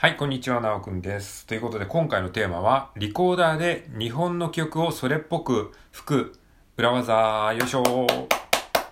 はい、こんにちは、なおくんです。ということで、今回のテーマは、リコーダーで日本の曲をそれっぽく吹く裏技、よいしょー。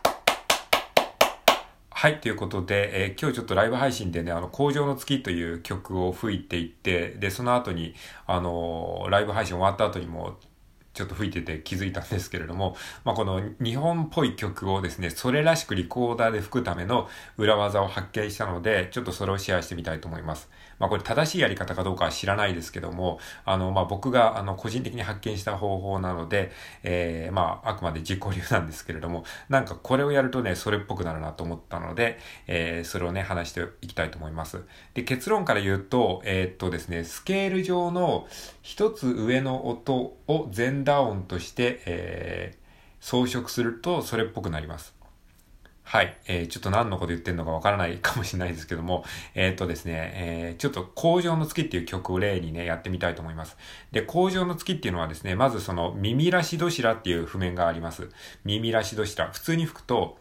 はい、ということで、今日ちょっとライブ配信でね、工場の月という曲を吹いていって、で、その後に、ライブ配信終わった後にも、ちょっと吹いてて気づいたんですけれども、この日本っぽい曲をですね、それらしくリコーダーで吹くための裏技を発見したので、ちょっとそれをシェアしてみたいと思います。これ正しいやり方かどうかは知らないですけども、僕が個人的に発見した方法なので、あくまで自己流なんですけれども、なんかこれをやるとね、それっぽくなるなと思ったので、それをね、話していきたいと思います。で、結論から言うと、ですね、スケール上の一つ上の音を全打音として、装飾するとそれっぽくなります。はい。ちょっと何のこと言ってるのかわからないかもしれないですけども、ですね、ちょっと工場の月っていう曲を例にね、やってみたいと思います。で、工場の月っていうのはですね、まずその耳らしどしらっていう譜面があります。耳らしどしら。普通に吹くと、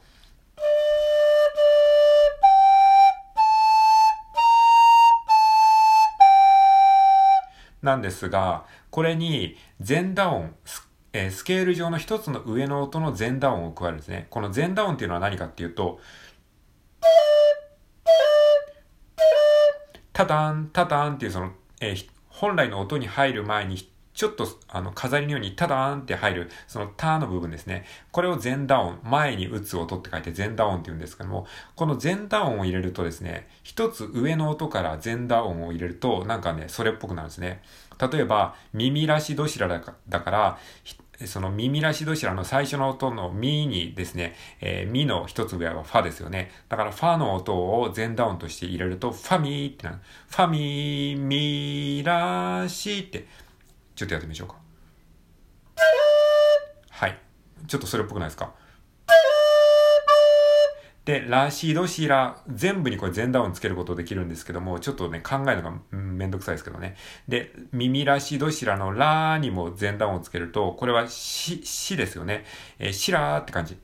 なんですが、これに全打音、スケール上の一つの上の音の全打音を加えるんですね。この全打音っていうのは何かっていうと、タタン、タタンっていうその、本来の音に入る前に、ちょっと飾りのようにタダーンって入る、そのターの部分ですね。これを全打音、前に打つ音って書いて全打音って言うんですけども、この全打音を入れるとですね、一つ上の音から全打音を入れると、なんかね、それっぽくなるんですね。例えば、耳らしどしらだから、その耳らしどしらの最初の音のミにですね、ミの一つ上はファですよね。だからファの音を全打音として入れると、ファミーってなる。ファミー、ミらしって、ちょっとやってみましょうか。はい。ちょっとそれっぽくないですか？で、ラシドシラ、全部にこれ全打音つけることできるんですけども、ちょっとね、考えるのがめんどくさいですけどね。で、耳ラシドシラのラにも全打音をつけると、これはシですよね。シラーって感じ。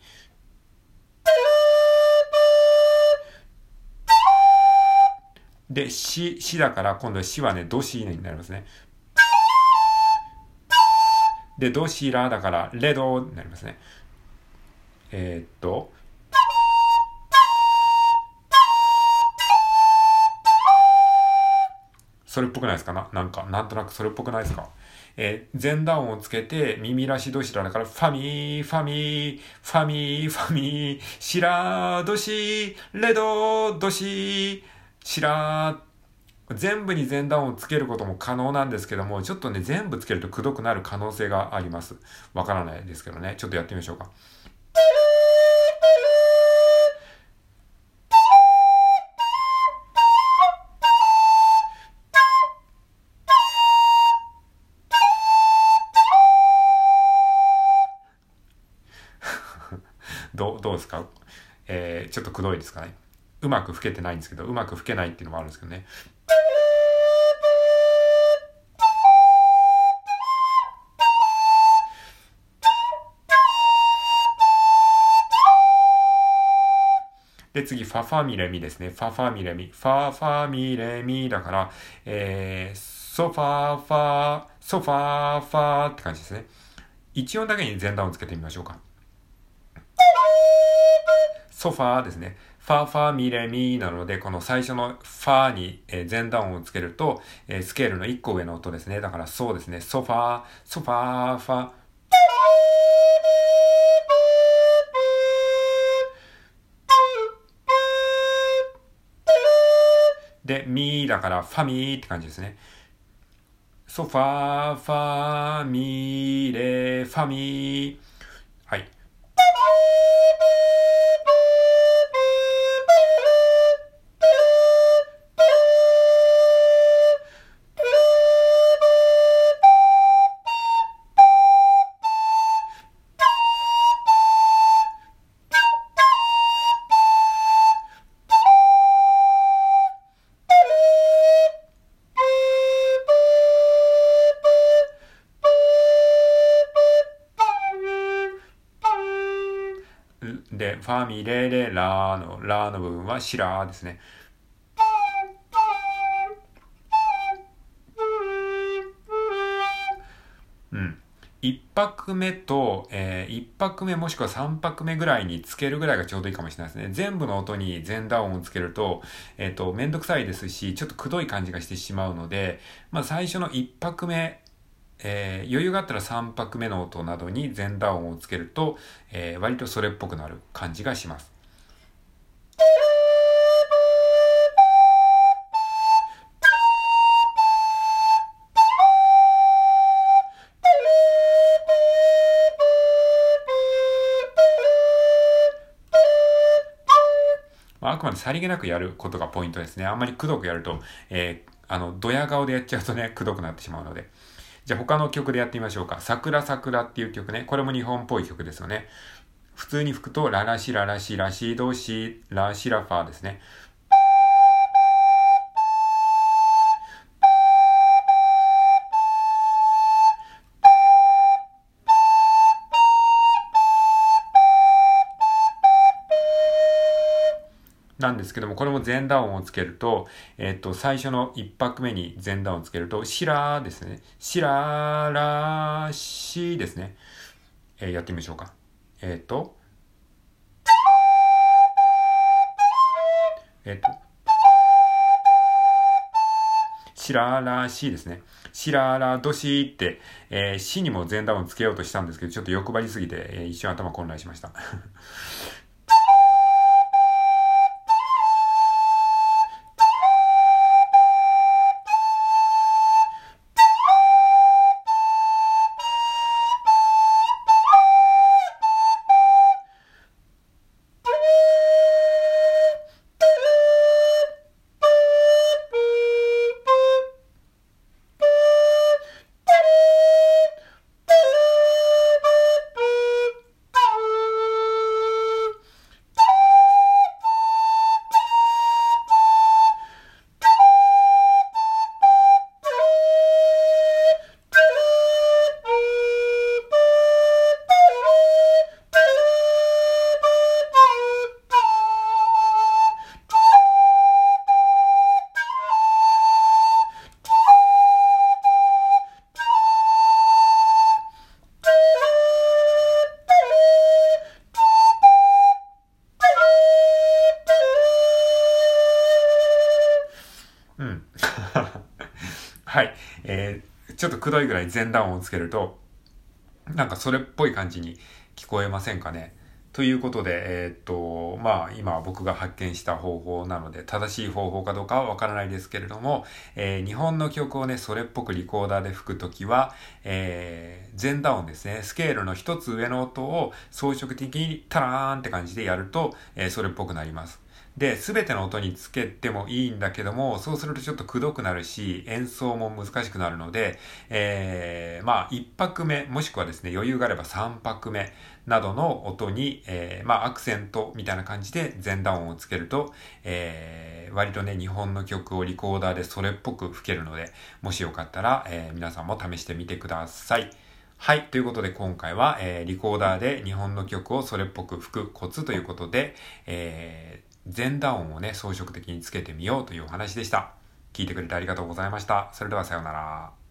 で、シだから今度はシはね、ドシになりますね。で、ドシラだからレドになりますね。えー、っと、それっぽくないですかなんとなくそれっぽくないですか？全打音をつけて、耳らしどしらだから、ファミー、ファミー、ファミー、ファミー、シラー、ドシー、レド、ドシー、シラー、全部に全打音をつけることも可能なんですけども、ちょっとね、全部つけるとくどくなる可能性があります。わからないですけどね。ちょっとやってみましょうか。どうですか？ちょっとくどいですかね。うまく吹けてないんですけど、うまく吹けないっていうのもあるんですけどね。で、次、ファファミレミですね。ファファミレミ。ファファミレミだから、ソファファ、ソファファって感じですね。一音だけに全段をつけてみましょうか。ソファーですね。ファファミレミなので、この最初のファに全段音をつけると、スケールの1個上の音ですね。だからそうですね。ソファー、ソファー、ファ。で、ミだからファミーって感じですね。ソファー、ファミレ、ファミはい。で、ファミレレラの部分はシラーですね。 1拍目と、1拍目もしくは3拍目ぐらいにつけるぐらいがちょうどいいかもしれないですね。全部の音に全打音をつけると、めんどくさいですし、ちょっとくどい感じがしてしまうので、まあ最初の1拍目、余裕があったら3拍目の音などに全打音をつけると、割とそれっぽくなる感じがします。あくまでさりげなくやることがポイントですね。あんまりくどくやると、ドヤ顔でやっちゃうとね、くどくなってしまうので。じゃあ他の曲でやってみましょうか。桜桜っていう曲ね。これも日本っぽい曲ですよね。普通に吹くと、ララシララシラシドシラシラファーですね。なんですけども、これも全打音をつけると、最初の一拍目に全打音をつけると、シラーですね。シラーラーシーですね。やってみましょうか。えっと、シラーラーシーですね。シラーラードシーって、シにも全打音つけようとしたんですけど、ちょっと欲張りすぎて、一瞬頭混乱しました。うん。はい。ちょっとくどいぐらい全打音をつけると、なんかそれっぽい感じに聞こえませんかね。ということで、まあ今僕が発見した方法なので、正しい方法かどうかはわからないですけれども、日本の曲をね、それっぽくリコーダーで吹くときは、全打音ですね。スケールの一つ上の音を装飾的にタラーンって感じでやると、それっぽくなります。で、すべての音につけてもいいんだけども、そうするとちょっとくどくなるし、演奏も難しくなるので、まあ、1拍目、もしくはですね、余裕があれば3拍目などの音に、まあ、アクセントみたいな感じで全打音をつけると、割とね、日本の曲をリコーダーでそれっぽく吹けるので、もしよかったら、皆さんも試してみてください。はい。ということで今回は、リコーダーで日本の曲をそれっぽく吹くコツということで、全打音をね、装飾的につけてみようというお話でした。聞いてくれてありがとうございました。それではさようなら。